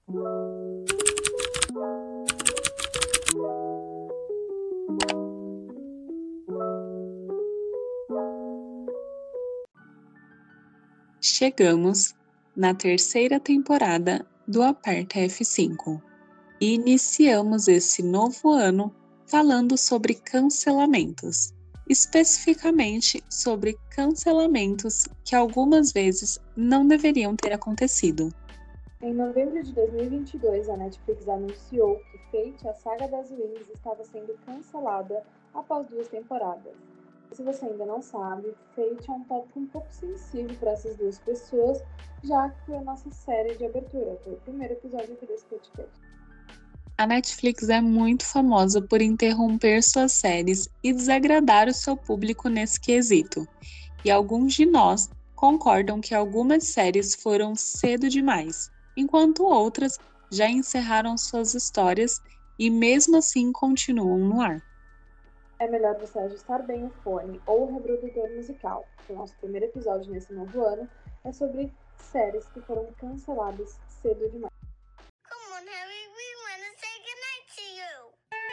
Chegamos na terceira temporada do Aperta F5 e iniciamos esse novo ano falando sobre cancelamentos, especificamente sobre cancelamentos que algumas vezes não deveriam ter acontecido. Em novembro de 2022, a Netflix anunciou que Fate, a saga das Wings, estava sendo cancelada após 2 temporadas. Se você ainda não sabe, Fate é um tópico um pouco sensível para essas duas pessoas, já que foi a nossa série de abertura, foi o primeiro episódio aqui desse podcast. A Netflix é muito famosa por interromper suas séries e desagradar o seu público nesse quesito. E alguns de nós concordam que algumas séries foram cedo demais, enquanto outras já encerraram suas histórias e mesmo assim continuam no ar. É melhor você ajustar bem o fone ou o reprodutor musical, porque o nosso primeiro episódio nesse novo ano é sobre séries que foram canceladas cedo demais. Come on, Harry, we want to say goodnight to you.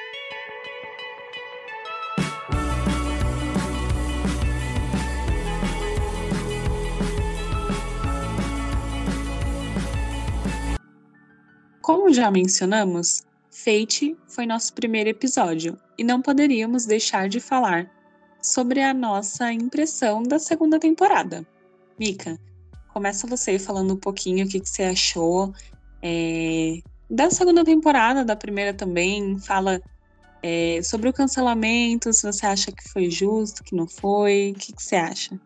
Como já mencionamos, Fate foi nosso primeiro episódio e não poderíamos deixar de falar sobre a nossa impressão da segunda temporada. Mika, começa você falando um pouquinho o que você achou da segunda temporada, da primeira também. Fala sobre o cancelamento, se você acha que foi justo, que não foi, o que você acha?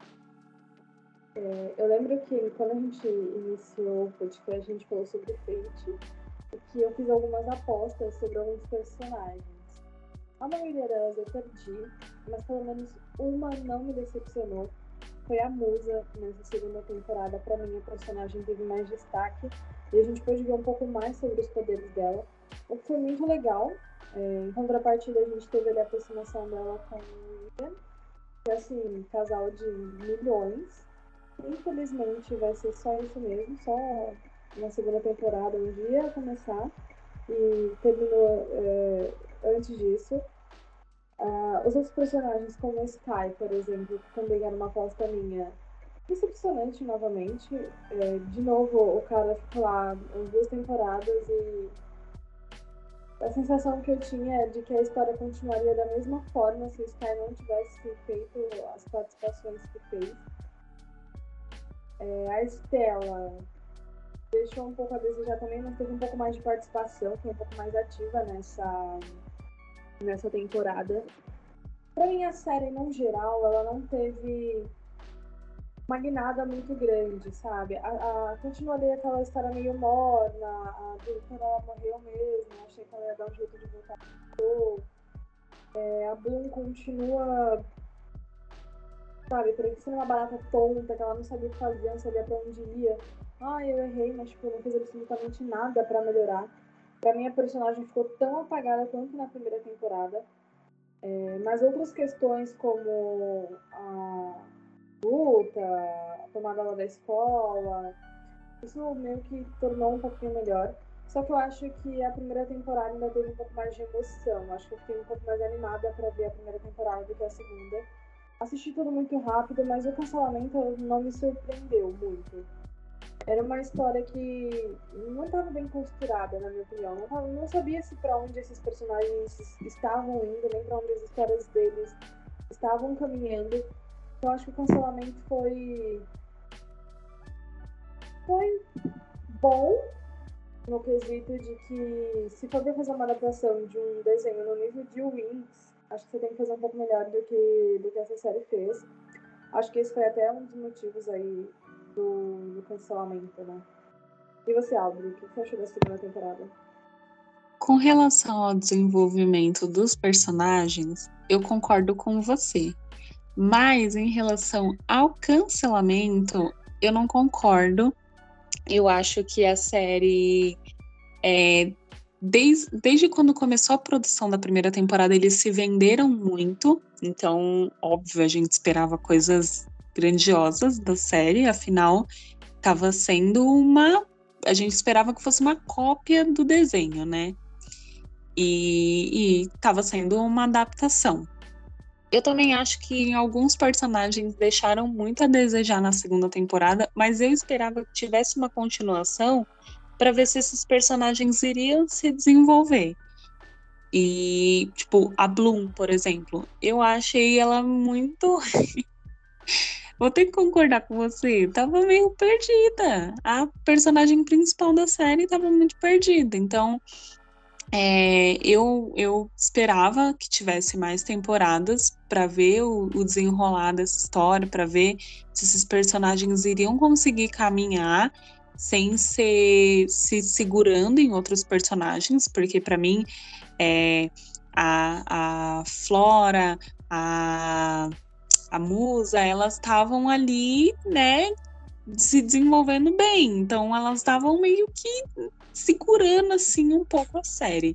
Eu lembro que quando a gente iniciou o podcast, a gente falou sobre Fate e que eu fiz algumas apostas sobre alguns personagens. A maioria delas eu perdi, mas pelo menos uma não me decepcionou. Foi a Musa nessa segunda temporada. Pra mim, a personagem teve mais destaque e a gente pôde ver um pouco mais sobre os poderes dela, o que foi muito legal. Em contrapartida, a gente teve ali a aproximação dela com o Ian, que é assim, casal de milhões. Infelizmente vai ser só isso mesmo, só na segunda temporada um dia começar e terminou antes disso. Os outros personagens, como Sky, por exemplo, que também era uma aposta minha, decepcionante novamente. De novo, o cara ficou lá as 2 temporadas e a sensação que eu tinha é de que a história continuaria da mesma forma se o Sky não tivesse feito as participações que fez. A Estela deixou um pouco a desejar também, mas teve um pouco mais de participação, foi um pouco mais ativa nessa temporada. Pra mim, a série, no geral, ela não teve uma guinada muito grande, sabe? Continua ali aquela história meio morna, a diretora ela morreu mesmo, achei que ela ia dar um jeito de voltar pro a Bloom continua, sabe, parecendo uma barata tonta, que ela não sabia o que fazer, não sabia pra onde ia. Eu errei, mas tipo, não fiz absolutamente nada pra melhorar. Pra mim, a personagem ficou tão apagada quanto na primeira temporada. Mas outras questões como a luta, a tomada lá da escola, isso meio que tornou um pouquinho melhor. Só que eu acho que a primeira temporada ainda teve um pouco mais de emoção. Acho que eu fiquei um pouco mais animada pra ver a primeira temporada do que a segunda. Assisti tudo muito rápido, mas o cancelamento não me surpreendeu muito. Era uma história que não estava bem costurada, na minha opinião. Não sabia se para onde esses personagens estavam indo, nem para onde as histórias deles estavam caminhando. Então acho que o cancelamento foi bom, no quesito de que se for fazer uma adaptação de um desenho no nível de Wings, acho que você tem que fazer um pouco melhor do que essa série fez. Acho que esse foi até um dos motivos aí do cancelamento, né? E você, Albert, o que você achou da segunda temporada? Com relação ao desenvolvimento dos personagens, eu concordo com você. Mas em relação ao cancelamento, eu não concordo. Eu acho que a série, desde quando começou a produção da primeira temporada, eles se venderam muito. Então, óbvio, a gente esperava coisas grandiosas da série. Afinal, estava sendo uma a gente esperava que fosse uma cópia do desenho, né? E tava sendo uma adaptação. Eu também acho que alguns personagens deixaram muito a desejar na segunda temporada, mas eu esperava que tivesse uma continuação para ver se esses personagens iriam se desenvolver. E, tipo, a Bloom, por exemplo, eu achei ela muito. Vou ter que concordar com você, tava meio perdida. A personagem principal da série tava muito perdida. Então, eu esperava que tivesse mais temporadas para ver o desenrolar dessa história, para ver se esses personagens iriam conseguir caminhar sem se segurando em outros personagens, porque para mim a Flora, a Musa, elas estavam ali, né, se desenvolvendo bem. Então elas estavam meio que segurando assim um pouco a série.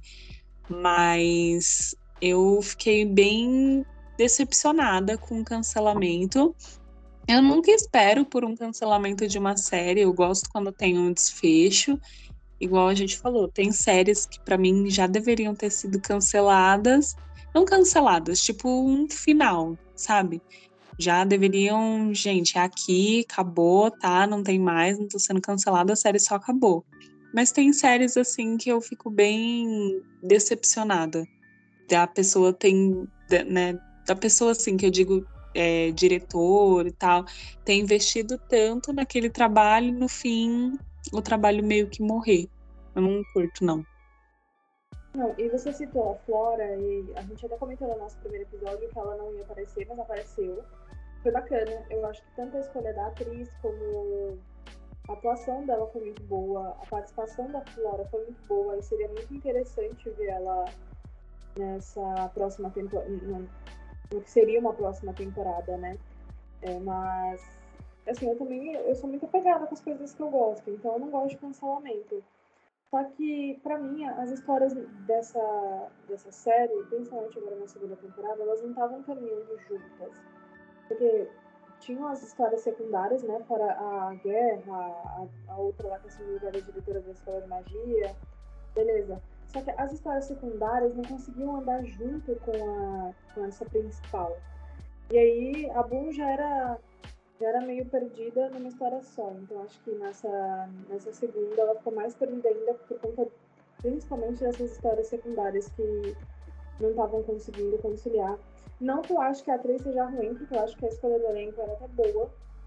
Mas eu fiquei bem decepcionada com o cancelamento. Eu nunca espero por um cancelamento de uma série. Eu gosto quando tem um desfecho. Igual a gente falou, tem séries que pra mim já deveriam ter sido canceladas. Não canceladas, tipo um final, sabe? Já deveriam, gente, é aqui, acabou, tá? Não tem mais, não tô sendo cancelada, a série só acabou. Mas tem séries assim que eu fico bem decepcionada. Da pessoa tem, né? Da pessoa assim que eu digo diretor e tal, ter investido tanto naquele trabalho e no fim o trabalho meio que morrer. Eu não curto, não. Não, e você citou a Flora, e a gente até comentou no nosso primeiro episódio que ela não ia aparecer, mas apareceu. Foi bacana. Eu acho que tanto a escolha da atriz como a atuação dela foi muito boa, a participação da Flora foi muito boa, e seria muito interessante ver ela nessa próxima temporada, no que seria uma próxima temporada, né? Mas, assim, eu sou muito apegada com as coisas que eu gosto, então eu não gosto de cancelamento. Só que, pra mim, as histórias dessa série, principalmente agora na segunda temporada, elas não estavam caminhando juntas. Porque tinham as histórias secundárias, né? Fora a guerra, a outra lá que assumiu a diretora da escola de magia. Beleza. Só que as histórias secundárias não conseguiam andar junto com essa principal. E aí a Boom já era meio perdida numa história só. Então acho que nessa segunda ela ficou mais perdida ainda por conta principalmente dessas histórias secundárias que não estavam conseguindo conciliar. Não que eu acho que a atriz seja ruim, porque eu acho que a escolha do elenco era até boa.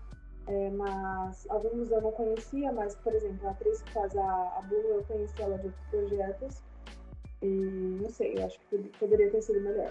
Mas alguns eu não conhecia, mas, por exemplo, a atriz que faz a Blue, eu conheci ela de outros projetos. E não sei, eu acho que poderia ter sido melhor.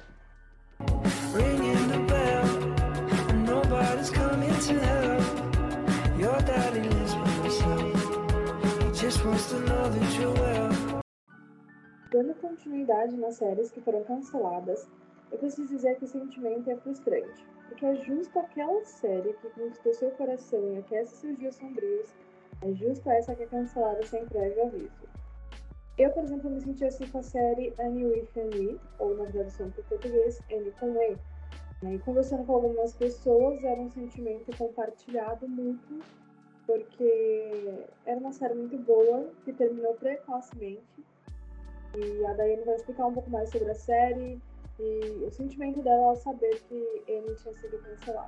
Ringing the bell, and nobody's coming to help. Your daddy lives by himself. He just wants to know that you're well. Dando continuidade nas séries que foram canceladas, eu preciso dizer que o sentimento é frustrante, porque é justo aquela série que conquistou seu coração e aquece seus dias sombrios, é justo essa que é cancelada sem prévio aviso. Eu, por exemplo, me senti assim com a série Annie with an E, ou na tradução para o português, Annie com E. E conversando com algumas pessoas, era um sentimento compartilhado mútuo, porque era uma série muito boa, que terminou precocemente. E a Daiane vai explicar um pouco mais sobre a série e o sentimento dela ao saber que Annie tinha sido cancelada.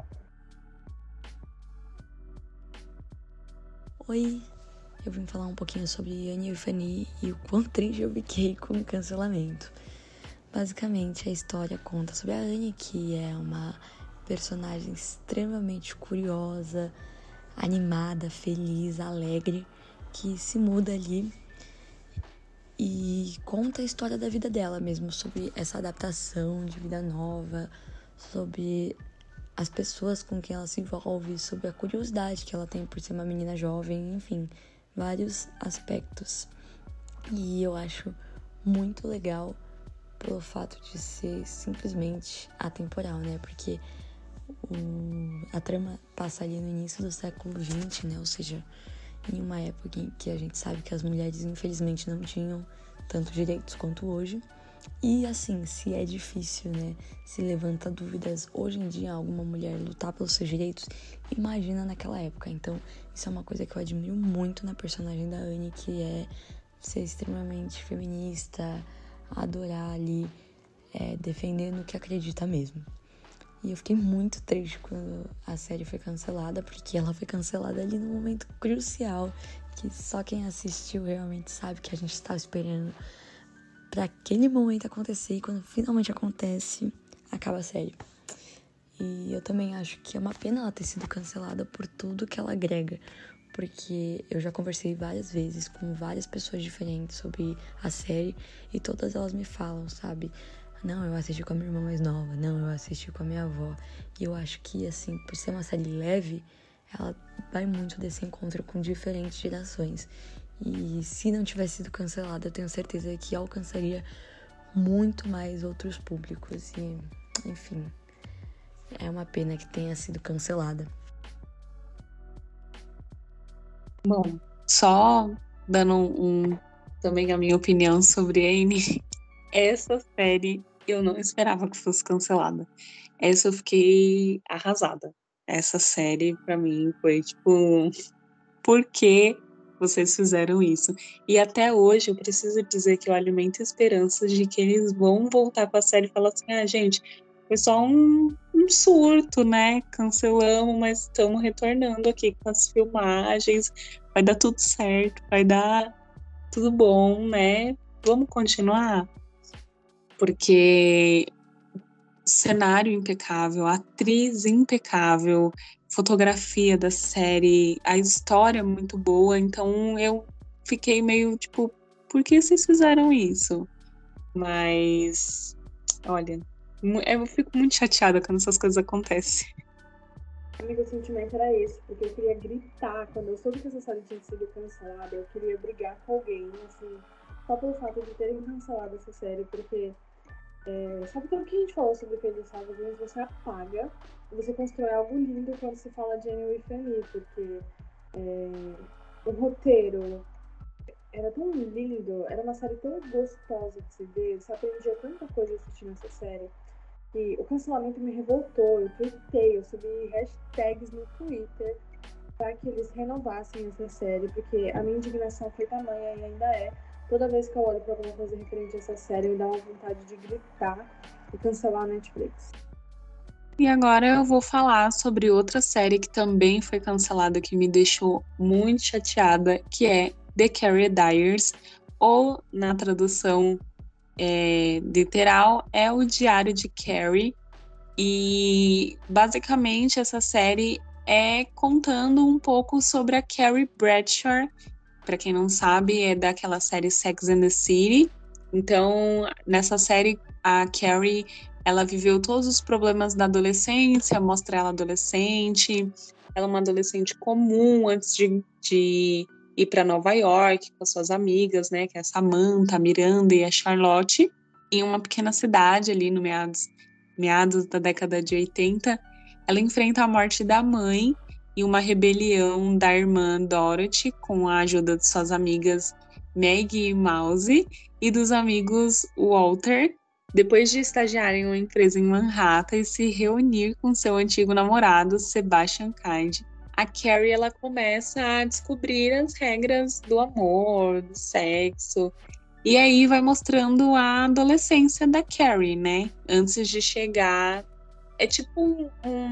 Oi, eu vim falar um pouquinho sobre Annie with an E e o quão triste eu fiquei com o cancelamento. Basicamente, a história conta sobre a Annie, que é uma personagem extremamente curiosa, animada, feliz, alegre, que se muda ali e conta a história da vida dela mesmo, sobre essa adaptação de vida nova, sobre as pessoas com quem ela se envolve, sobre a curiosidade que ela tem por ser uma menina jovem, enfim, vários aspectos. E eu acho muito legal pelo fato de ser simplesmente atemporal, né? Porque a trama passa ali no início do século XX, né? Ou seja, em uma época em que a gente sabe que as mulheres infelizmente não tinham tantos direitos quanto hoje. E assim, se é difícil, né, se levanta dúvidas hoje em dia alguma mulher lutar pelos seus direitos, imagina naquela época. Então, isso é uma coisa que eu admiro muito na personagem da Anne, que é ser extremamente feminista, adorar ali, defendendo o que acredita mesmo. E eu fiquei muito triste quando a série foi cancelada, porque ela foi cancelada ali no momento crucial, que só quem assistiu realmente sabe que a gente estava esperando pra aquele momento acontecer, e quando finalmente acontece, acaba a série. E eu também acho que é uma pena ela ter sido cancelada por tudo que ela agrega, porque eu já conversei várias vezes com várias pessoas diferentes sobre a série, e todas elas me falam, sabe? Não, eu assisti com a minha irmã mais nova, não, eu assisti com a minha avó. E eu acho que, assim, por ser uma série leve, ela vai muito desse encontro com diferentes gerações. E se não tivesse sido cancelada, eu tenho certeza que alcançaria muito mais outros públicos. E, enfim, é uma pena que tenha sido cancelada. Bom, só dando também a minha opinião sobre Anne, essa série eu não esperava que fosse cancelada. Essa eu fiquei arrasada. Essa série, pra mim, foi tipo, por que vocês fizeram isso? E até hoje eu preciso dizer que eu alimento esperanças de que eles vão voltar com a série e falar assim, gente, foi só um surto, né? Cancelamos, mas estamos retornando aqui com as filmagens, vai dar tudo certo, vai dar tudo bom, né? Vamos continuar? Porque cenário impecável, atriz impecável, fotografia da série, a história muito boa, então eu fiquei meio tipo, por que vocês fizeram isso? Mas, olha, eu fico muito chateada quando essas coisas acontecem. Amigo, o sentimento era esse, porque eu queria gritar. Quando eu soube que essa série tinha sido cancelada, eu queria brigar com alguém, assim, só pelo fato de terem cancelado essa série, porque sabe tudo que a gente falou sobre Pedro Salvo? Às vezes você apaga e você constrói algo lindo quando se fala de Anne with Annie, porque o roteiro era tão lindo, era uma série tão gostosa de se ver, você aprendia tanta coisa assistindo essa série, que o cancelamento me revoltou. Eu tuitei, eu subi hashtags no Twitter para que eles renovassem essa série, porque a minha indignação foi tamanha e ainda é. Toda vez que eu olho pra alguma coisa referente a essa série, me dá uma vontade de gritar e cancelar a Netflix. E agora eu vou falar sobre outra série que também foi cancelada, que me deixou muito chateada, que é The Carrie Diaries, ou na tradução literal, é o Diário de Carrie. E basicamente essa série é contando um pouco sobre a Carrie Bradshaw. Para quem não sabe, é daquela série Sex and the City. Então, nessa série, a Carrie, ela viveu todos os problemas da adolescência, mostra ela adolescente. Ela é uma adolescente comum antes de ir para Nova York com as suas amigas, né? Que é a Samantha, a Miranda e a Charlotte. Em uma pequena cidade ali no meados da década de 80, ela enfrenta a morte da mãe e uma rebelião da irmã Dorothy, com a ajuda de suas amigas Maggie e Mouse e dos amigos Walter, depois de estagiar em uma empresa em Manhattan e se reunir com seu antigo namorado, Sebastian Kind. A Carrie, ela começa a descobrir as regras do amor, do sexo, e aí vai mostrando a adolescência da Carrie, né? Antes de chegar... É tipo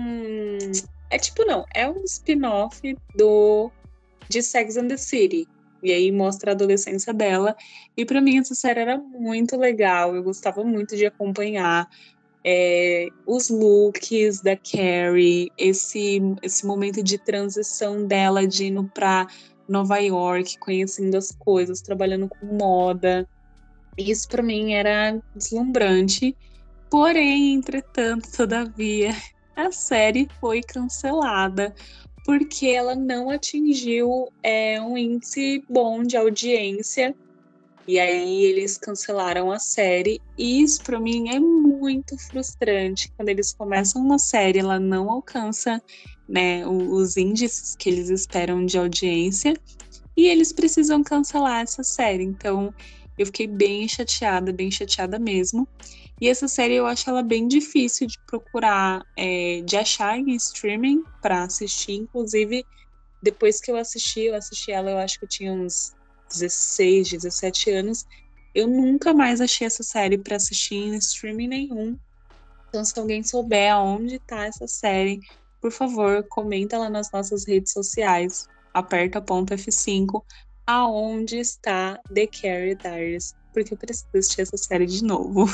é um spin-off de Sex and the City. E aí mostra a adolescência dela. E pra mim essa série era muito legal. Eu gostava muito de acompanhar os looks da Carrie, esse momento de transição dela de indo pra Nova York, conhecendo as coisas, trabalhando com moda. Isso pra mim era deslumbrante. Porém, entretanto, todavia, a série foi cancelada porque ela não atingiu um índice bom de audiência. E aí eles cancelaram a série. E isso, pra mim, é muito frustrante. Quando eles começam uma série, ela não alcança, né, os índices que eles esperam de audiência. E eles precisam cancelar essa série. Então, Eu fiquei bem chateada mesmo. E essa série eu acho ela bem difícil de procurar, de achar em streaming para assistir. Inclusive, depois que eu assisti ela, eu acho que eu tinha uns 16, 17 anos. Eu nunca mais achei essa série para assistir em streaming nenhum. Então, se alguém souber aonde tá essa série, por favor, comenta lá nas nossas redes sociais. Aperta ponto F5 aonde está The Carrie Diaries, porque eu preciso assistir essa série de novo.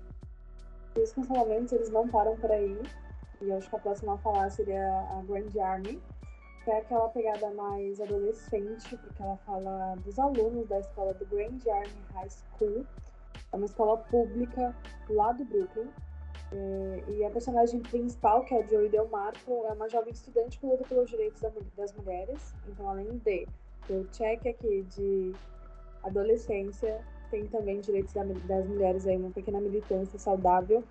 Os cancelamentos, eles não param por aí. E eu acho que a próxima a falar seria a Grand Army, que é aquela pegada mais adolescente, porque ela fala dos alunos da escola do Grand Army High School. É uma escola pública lá do Brooklyn. E a personagem principal, que é a Joey Del Marco, é uma jovem estudante que luta pelos direitos das mulheres. Então, além de ter o check aqui de adolescência, tem também direitos das mulheres, aí uma pequena militância saudável.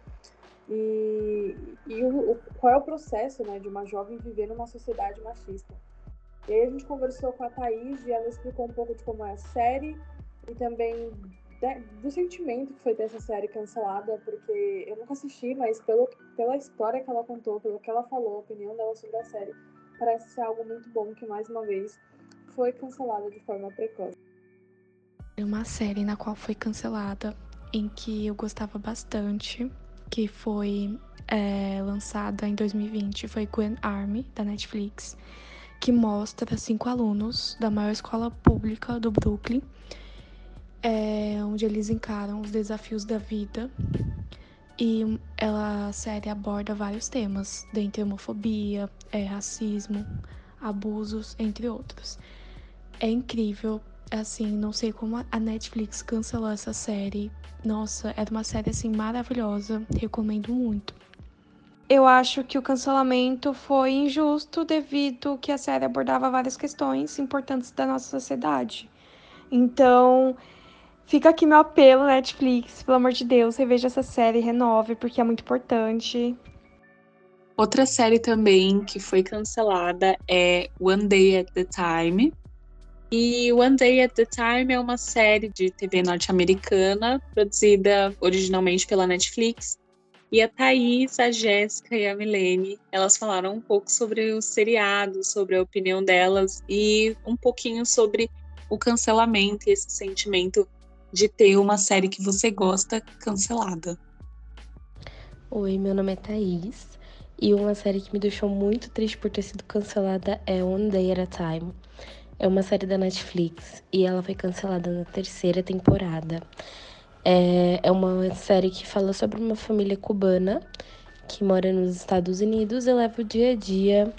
E qual é o processo, né, de uma jovem viver numa sociedade machista. E aí a gente conversou com a Thaís e ela explicou um pouco de como é a série e também do sentimento que foi ter essa série cancelada, porque eu nunca assisti, mas pela história que ela contou, pelo que ela falou, a opinião dela sobre a série, parece ser algo muito bom que, mais uma vez, foi cancelada de forma precoce. Uma série na qual foi cancelada, em que eu gostava bastante, que foi lançada em 2020, foi Grand Army, da Netflix, que mostra 5 alunos da maior escola pública do Brooklyn, onde eles encaram os desafios da vida. E a série aborda vários temas, dentre homofobia, racismo, abusos, entre outros. É incrível, assim, não sei como a Netflix cancelou essa série. Nossa, era uma série, assim, maravilhosa, recomendo muito. Eu acho que o cancelamento foi injusto devido que a série abordava várias questões importantes da nossa sociedade. Então, fica aqui meu apelo, Netflix, pelo amor de Deus, reveja essa série, renove, porque é muito importante. Outra série também que foi cancelada é One Day at a Time. E One Day at a Time é uma série de TV norte-americana, produzida originalmente pela Netflix. E a Thaís, a Jéssica e a Milene, elas falaram um pouco sobre o seriado, sobre a opinião delas e um pouquinho sobre o cancelamento e esse sentimento de ter uma série que você gosta cancelada. Oi, meu nome é Thaís e uma série que me deixou muito triste por ter sido cancelada é One Day at a Time. É uma série da Netflix e ela foi cancelada na 3ª temporada. É uma série que fala sobre uma família cubana que mora nos Estados Unidos e leva o dia a dia.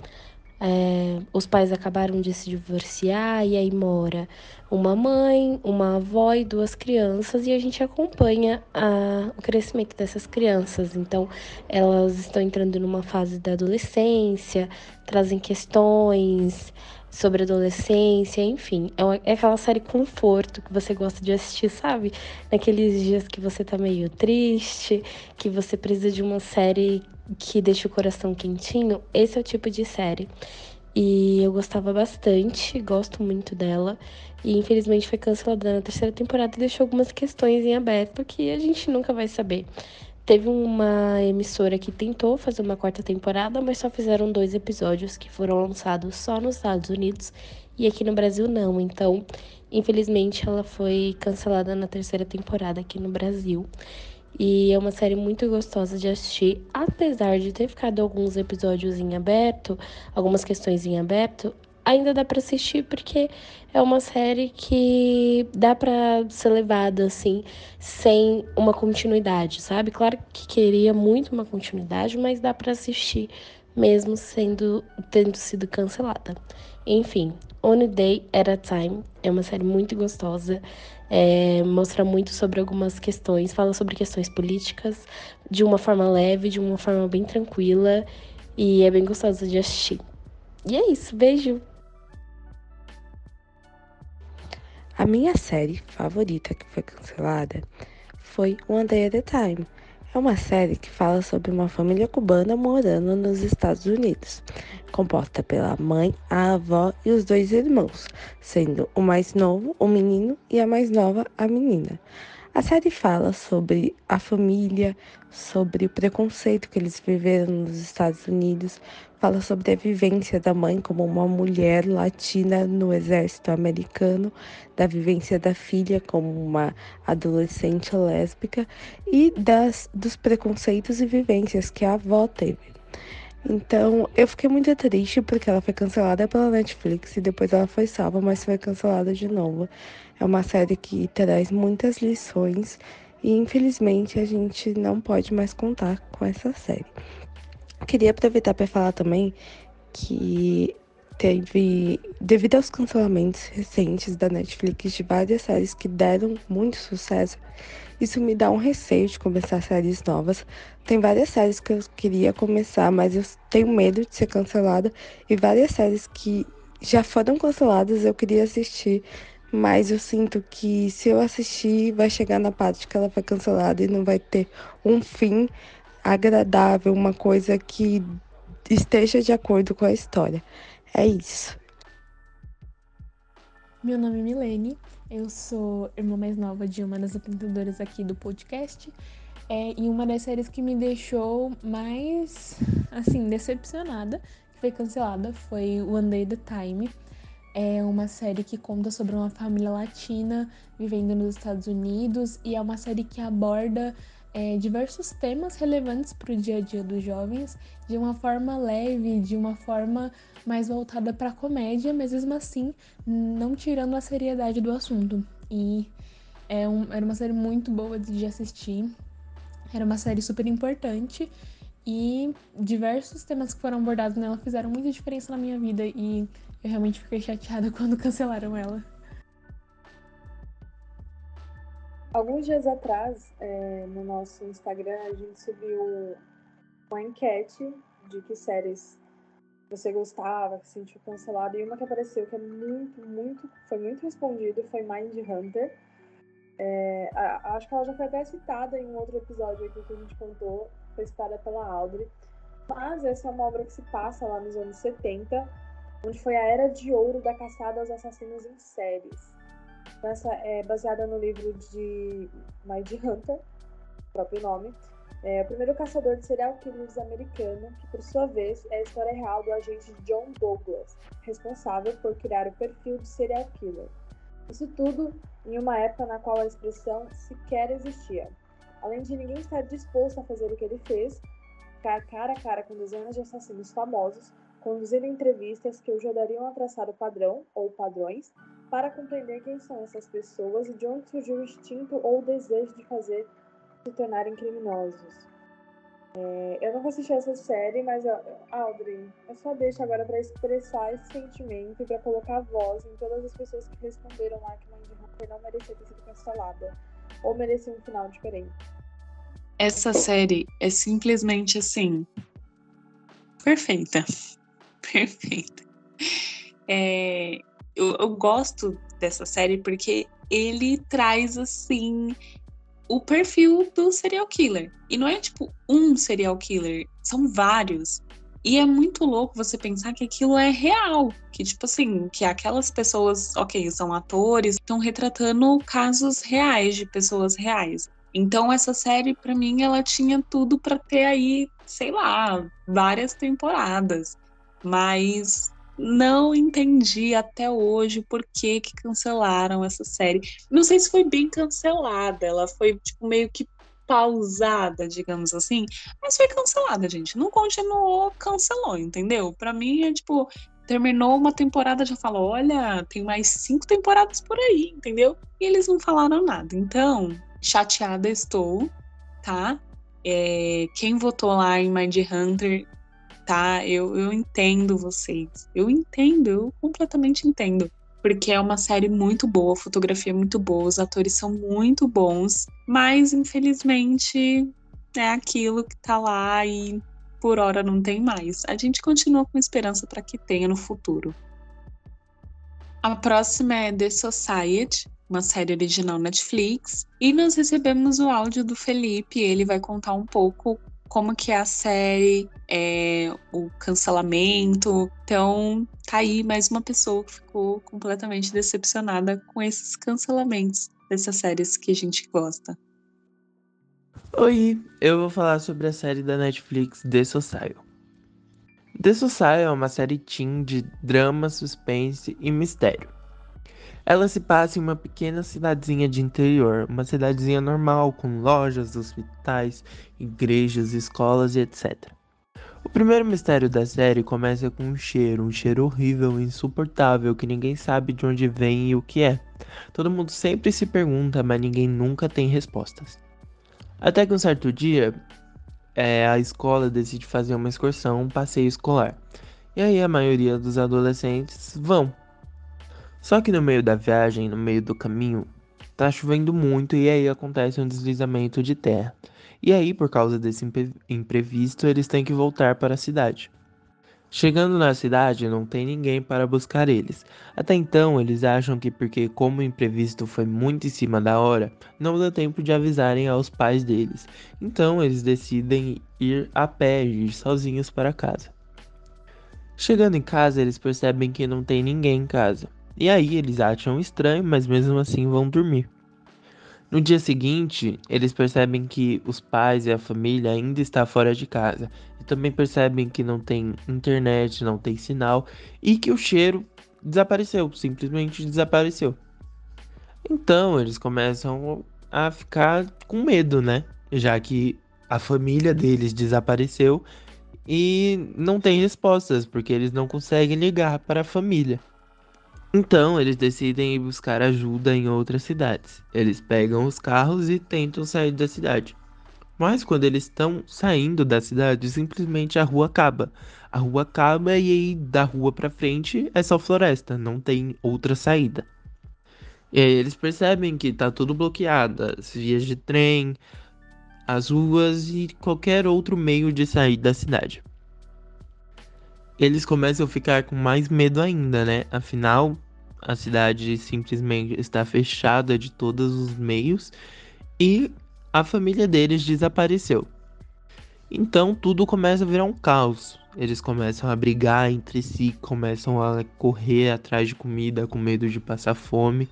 Os pais acabaram de se divorciar e aí mora uma mãe, uma avó e 2 crianças, e a gente acompanha o crescimento dessas crianças. Então, elas estão entrando numa fase da adolescência, trazem questões sobre adolescência, enfim. É aquela série conforto que você gosta de assistir, sabe? Naqueles dias que você tá meio triste, que você precisa de uma série que deixa o coração quentinho. Esse é o tipo de série. E eu gostava bastante, gosto muito dela. E infelizmente foi cancelada na 3ª temporada e deixou algumas questões em aberto que a gente nunca vai saber. Teve uma emissora que tentou fazer uma 4ª temporada, mas só fizeram 2 episódios que foram lançados só nos Estados Unidos e aqui no Brasil não. Então, infelizmente, ela foi cancelada na 3ª temporada aqui no Brasil. E é uma série muito gostosa de assistir, apesar de ter ficado alguns episódios em aberto, algumas questões em aberto, ainda dá pra assistir porque é uma série que dá pra ser levada, assim, sem uma continuidade, sabe? Claro que queria muito uma continuidade, mas dá pra assistir mesmo tendo sido cancelada. Enfim, One Day at a Time é uma série muito gostosa, mostra muito sobre algumas questões, fala sobre questões políticas de uma forma leve, de uma forma bem tranquila, e é bem gostosa de assistir. E é isso, beijo! A minha série favorita que foi cancelada foi One Day at a Time. É uma série que fala sobre uma família cubana morando nos Estados Unidos, composta pela mãe, a avó e os 2 irmãos, sendo o mais novo o menino e a mais nova a menina. A série fala sobre a família, sobre o preconceito que eles viveram nos Estados Unidos, fala sobre a vivência da mãe como uma mulher latina no exército americano, da vivência da filha como uma adolescente lésbica e dos preconceitos e vivências que a avó teve. Então, eu fiquei muito triste porque ela foi cancelada pela Netflix e depois ela foi salva, mas foi cancelada de novo. É uma série que traz muitas lições e, infelizmente, a gente não pode mais contar com essa série. Queria aproveitar para falar também que devido aos cancelamentos recentes da Netflix de várias séries que deram muito sucesso, isso me dá um receio de começar séries novas. Tem várias séries que eu queria começar, mas eu tenho medo de ser cancelada. E várias séries que já foram canceladas eu queria assistir, mas eu sinto que se eu assistir, vai chegar na parte que ela foi cancelada e não vai ter um fim agradável, uma coisa que esteja de acordo com a história. É isso. Meu nome é Milene, eu sou irmã mais nova de uma das apresentadoras aqui do podcast. E uma das séries que me deixou mais, assim, decepcionada, que foi cancelada, foi One Day at a Time. É uma série que conta sobre uma família latina vivendo nos Estados Unidos e é uma série que aborda diversos temas relevantes para o dia a dia dos jovens de uma forma leve, de uma forma mais voltada para a comédia, mas mesmo assim não tirando a seriedade do assunto. E era uma série muito boa de assistir, era uma série super importante e diversos temas que foram abordados nela fizeram muita diferença na minha vida e eu realmente fiquei chateada quando cancelaram ela. Alguns dias atrás, no nosso Instagram, a gente subiu uma enquete de que séries você gostava, que se sentiu cancelado, e uma que apareceu que foi muito respondido foi Mind Hunter. Acho que ela já foi até citada em um outro episódio aqui que a gente contou, foi citada pela Audrey. Mas essa é uma obra que se passa lá nos anos 70, onde foi a era de ouro da caçada aos assassinos em séries. Essa é baseada no livro de Mind Hunter, próprio nome. O primeiro caçador de serial killers americano, que por sua vez é a história real do agente John Douglas, responsável por criar o perfil de serial killer. Isso tudo em uma época na qual a expressão sequer existia. Além de ninguém estar disposto a fazer o que ele fez, ficar cara a cara com dezenas de assassinos famosos, conduzindo entrevistas que o ajudariam a traçar o padrão, ou padrões, para compreender quem são essas pessoas e de onde surgiu o instinto ou o desejo de fazer se tornarem criminosos. Eu não assisti essa série, mas Audrey, eu só deixo agora para expressar esse sentimento e para colocar voz em todas as pessoas que responderam lá que Mindhunter não merecia ter sido cancelada ou merecia um final diferente. Essa série é simplesmente assim, perfeita. Perfeita. Eu gosto dessa série porque ele traz, assim, o perfil do serial killer. E não é, tipo, um serial killer. São vários. E é muito louco você pensar que aquilo é real. Que, tipo assim, que aquelas pessoas, ok, são atores, estão retratando casos reais de pessoas reais. Então, essa série, pra mim, ela tinha tudo pra ter aí, sei lá, várias temporadas. Mas não entendi até hoje por que cancelaram essa série. Não sei se foi bem cancelada, ela foi tipo meio que pausada, digamos assim, mas foi cancelada, gente. Não continuou, cancelou, entendeu? Pra mim é tipo, terminou uma temporada, já falou, olha, tem mais 5 temporadas por aí, entendeu? E eles não falaram nada. Então, chateada estou, tá? Quem votou lá em Mindhunter, tá? Eu entendo vocês. Eu completamente entendo. Porque é uma série muito boa, a fotografia é muito boa, os atores são muito bons, mas infelizmente é aquilo que tá lá e por hora não tem mais. A gente continua com esperança para que tenha no futuro. A próxima é The Society. uma série original Netflix. E nós recebemos o áudio do Felipe, ele vai contar um pouco como que é a série, o cancelamento. Então, tá aí mais uma pessoa que ficou completamente decepcionada com esses cancelamentos dessas séries que a gente gosta. Oi, eu vou falar sobre a série da Netflix The Social. The Social é uma série teen de drama, suspense e mistério. Ela se passa em uma pequena cidadezinha de interior, uma cidadezinha normal, com lojas, hospitais, igrejas, escolas e etc. O primeiro mistério da série começa com um cheiro horrível e insuportável que ninguém sabe de onde vem e o que é. Todo mundo sempre se pergunta, mas ninguém nunca tem respostas. Até que um certo dia, a escola decide fazer uma excursão, um passeio escolar. E aí a maioria dos adolescentes vão. Só que no meio da viagem, no meio do caminho, tá chovendo muito e aí acontece um deslizamento de terra. E aí, por causa desse imprevisto, eles têm que voltar para a cidade. Chegando na cidade, não tem ninguém para buscar eles. Até então, eles acham que porque como o imprevisto foi muito em cima da hora, não dá tempo de avisarem aos pais deles. Então, eles decidem ir a pé, ir sozinhos para casa. Chegando em casa, eles percebem que não tem ninguém em casa. E aí eles acham estranho, mas mesmo assim vão dormir. No dia seguinte, eles percebem que os pais e a família ainda estão fora de casa. E também percebem que não tem internet, não tem sinal e que o cheiro desapareceu, simplesmente desapareceu. Então eles começam a ficar com medo, né? Já que a família deles desapareceu e não tem respostas, porque eles não conseguem ligar para a família. Então, eles decidem ir buscar ajuda em outras cidades. Eles pegam os carros e tentam sair da cidade. Mas quando eles estão saindo da cidade, simplesmente a rua acaba. A rua acaba e aí da rua pra frente é só floresta, não tem outra saída. E aí eles percebem que tá tudo bloqueado, as vias de trem, as ruas e qualquer outro meio de sair da cidade. Eles começam a ficar com mais medo ainda, né? Afinal, a cidade simplesmente está fechada de todos os meios e a família deles desapareceu. Então tudo começa a virar um caos. Eles começam a brigar entre si, começam a correr atrás de comida com medo de passar fome.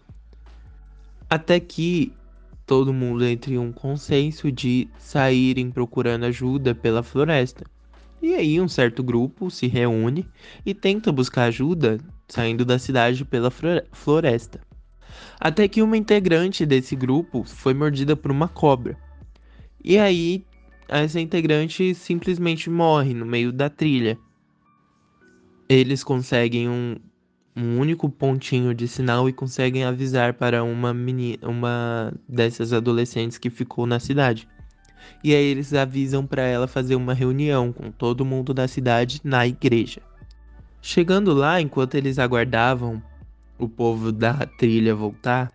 Até que todo mundo entre em um consenso de saírem procurando ajuda pela floresta. E aí um certo grupo se reúne e tenta buscar ajuda saindo da cidade pela floresta. Até que uma integrante desse grupo foi mordida por uma cobra. E aí essa integrante simplesmente morre no meio da trilha. Eles conseguem um único pontinho de sinal e conseguem avisar para uma dessas adolescentes que ficou na cidade. E aí eles avisam para ela fazer uma reunião com todo mundo da cidade na igreja. Chegando lá, enquanto eles aguardavam o povo da trilha voltar,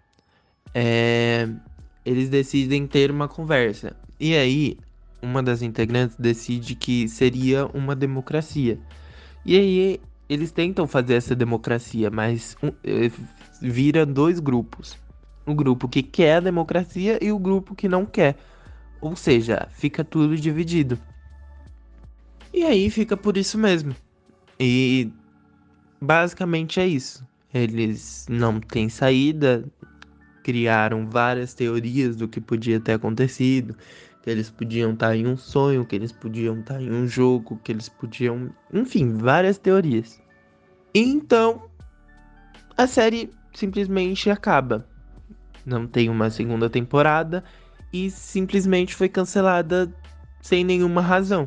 eles decidem ter uma conversa. E aí, uma das integrantes decide que seria uma democracia. E aí, eles tentam fazer essa democracia, mas vira dois grupos. O grupo que quer a democracia e o grupo que não quer. Ou seja, fica tudo dividido. E aí fica por isso mesmo. E basicamente é isso. Eles não têm saída, criaram várias teorias do que podia ter acontecido, que eles podiam estar em um sonho, que eles podiam estar em um jogo, que eles podiam... Enfim, várias teorias. E então, a série simplesmente acaba. Não tem uma segunda temporada e simplesmente foi cancelada sem nenhuma razão.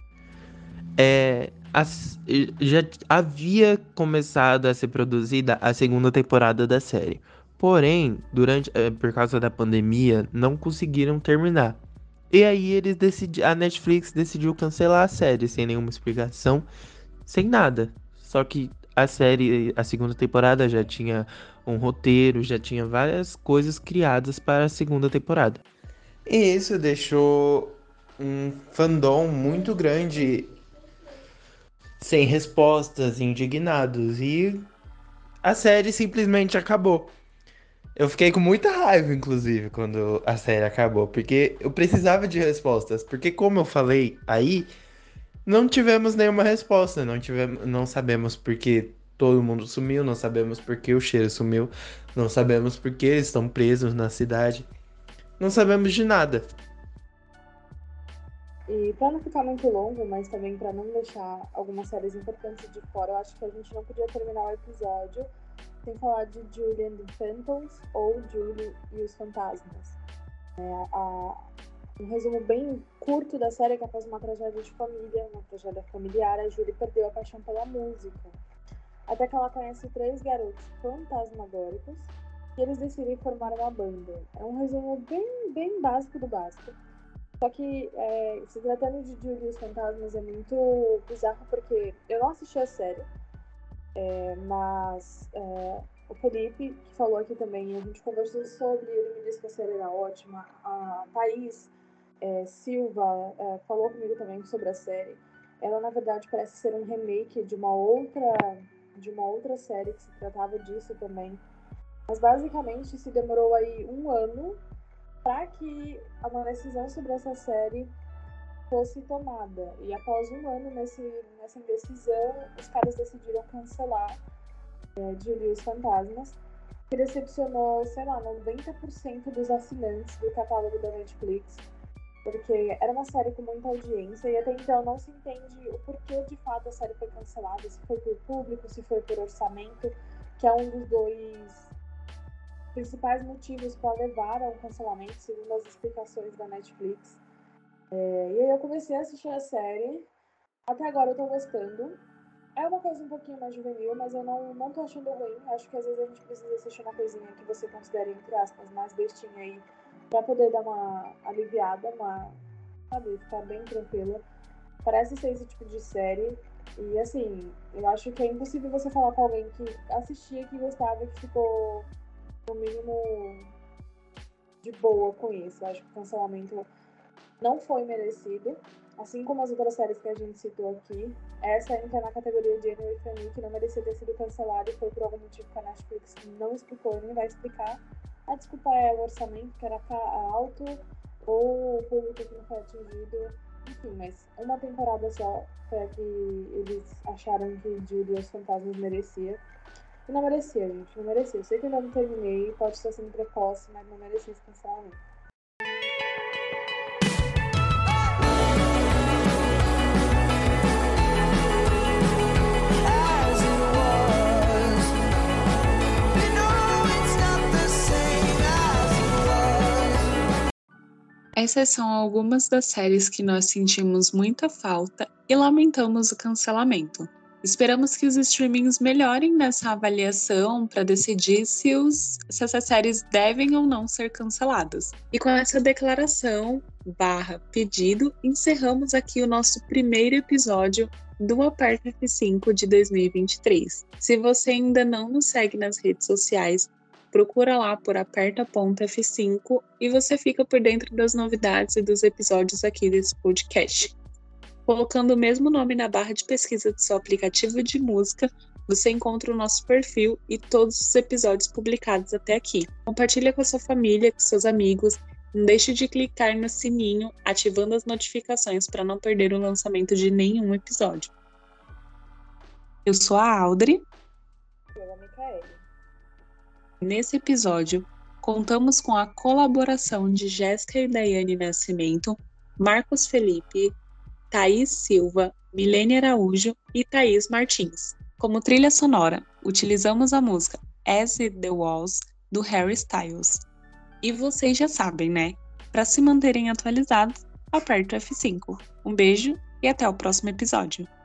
Já havia começado a ser produzida a segunda temporada da série. Porém, por causa da pandemia, não conseguiram terminar. E aí a Netflix decidiu cancelar a série sem nenhuma explicação, sem nada. Só que a segunda temporada já tinha um roteiro, já tinha várias coisas criadas para a segunda temporada. E isso deixou um fandom muito grande sem respostas, indignados, e a série simplesmente acabou. Eu fiquei com muita raiva, inclusive, quando a série acabou, porque eu precisava de respostas. Porque, como eu falei aí, não tivemos nenhuma resposta. Não sabemos por que todo mundo sumiu, não sabemos por que o cheiro sumiu, não sabemos por que eles estão presos na cidade. Não sabemos de nada. E pra não ficar muito longo, mas também pra não deixar algumas séries importantes de fora, eu acho que a gente não podia terminar o episódio sem falar de Julie and the Phantoms ou Julie e os Fantasmas. Um resumo bem curto da série é que após uma tragédia de família, uma tragédia familiar, a Julie perdeu a paixão pela música. Até que ela conhece 3 garotos fantasmagóricos e eles decidem formar uma banda. É um resumo bem básico do básico. Só que se tratando de Julie e os Fantasmas é muito bizarro porque eu não assisti a série, mas o Felipe, que falou aqui também, a gente conversou sobre, ele me disse que a série era ótima. A Thaís Silva falou comigo também sobre a série. Ela, na verdade, parece ser um remake de uma outra série que se tratava disso também. Mas, basicamente, se demorou aí 1 ano para que uma decisão sobre essa série fosse tomada. E após 1 ano nessa indecisão, os caras decidiram cancelar Julie e os Fantasmas, que decepcionou, 90% dos assinantes do catálogo da Netflix, porque era uma série com muita audiência e até então não se entende o porquê de fato a série foi cancelada, se foi por público, se foi por orçamento, que é um dos 2 principais motivos para levar ao cancelamento, segundo as explicações da Netflix. E aí eu comecei a assistir a série, até agora eu tô gostando. É uma coisa um pouquinho mais juvenil, mas eu não tô achando ruim. Acho que às vezes a gente precisa assistir uma coisinha que você considere, entre aspas, mais bestinha aí, pra poder dar uma aliviada, ficar bem tranquila. Parece ser esse tipo de série. E assim, eu acho que é impossível você falar com alguém que assistia, que gostava e que ficou no mínimo de boa com isso. Eu acho que o cancelamento não foi merecido, assim como as outras séries que a gente citou aqui. Essa entra na categoria de Annie e Fanny, que não merecia ter sido cancelada e foi por algum motivo que a Netflix não explicou e nem vai explicar. A desculpa é o orçamento, que era alto, ou o público que não foi atingido. Enfim, mas uma temporada só foi a que eles acharam que Julie e os Fantasmas merecia. E não merecia, gente, não merecia. Eu sei que eu ainda não terminei, pode estar sendo precoce, mas não merecia esse cancelamento. Essas são algumas das séries que nós sentimos muita falta e lamentamos o cancelamento. Esperamos que os streamings melhorem nessa avaliação para decidir se essas séries devem ou não ser canceladas. E com essa declaração /pedido, encerramos aqui o nosso primeiro episódio do Aperta F5 de 2023. Se você ainda não nos segue nas redes sociais, procura lá por aperta.f5 e você fica por dentro das novidades e dos episódios aqui desse podcast. Colocando o mesmo nome na barra de pesquisa do seu aplicativo de música, você encontra o nosso perfil e todos os episódios publicados até aqui. Compartilha com a sua família, com seus amigos. Não deixe de clicar no sininho, ativando as notificações para não perder o lançamento de nenhum episódio. Eu sou a Audrey. Eu sou a Micaele. Nesse episódio, contamos com a colaboração de Jéssica e Daiane Nascimento, Marcos Felipe, Thaís Silva, Milene Araújo e Thaís Martins. Como trilha sonora, utilizamos a música As It The Was, do Harry Styles. E vocês já sabem, né? Para se manterem atualizados, aperta o F5. Um beijo e até o próximo episódio.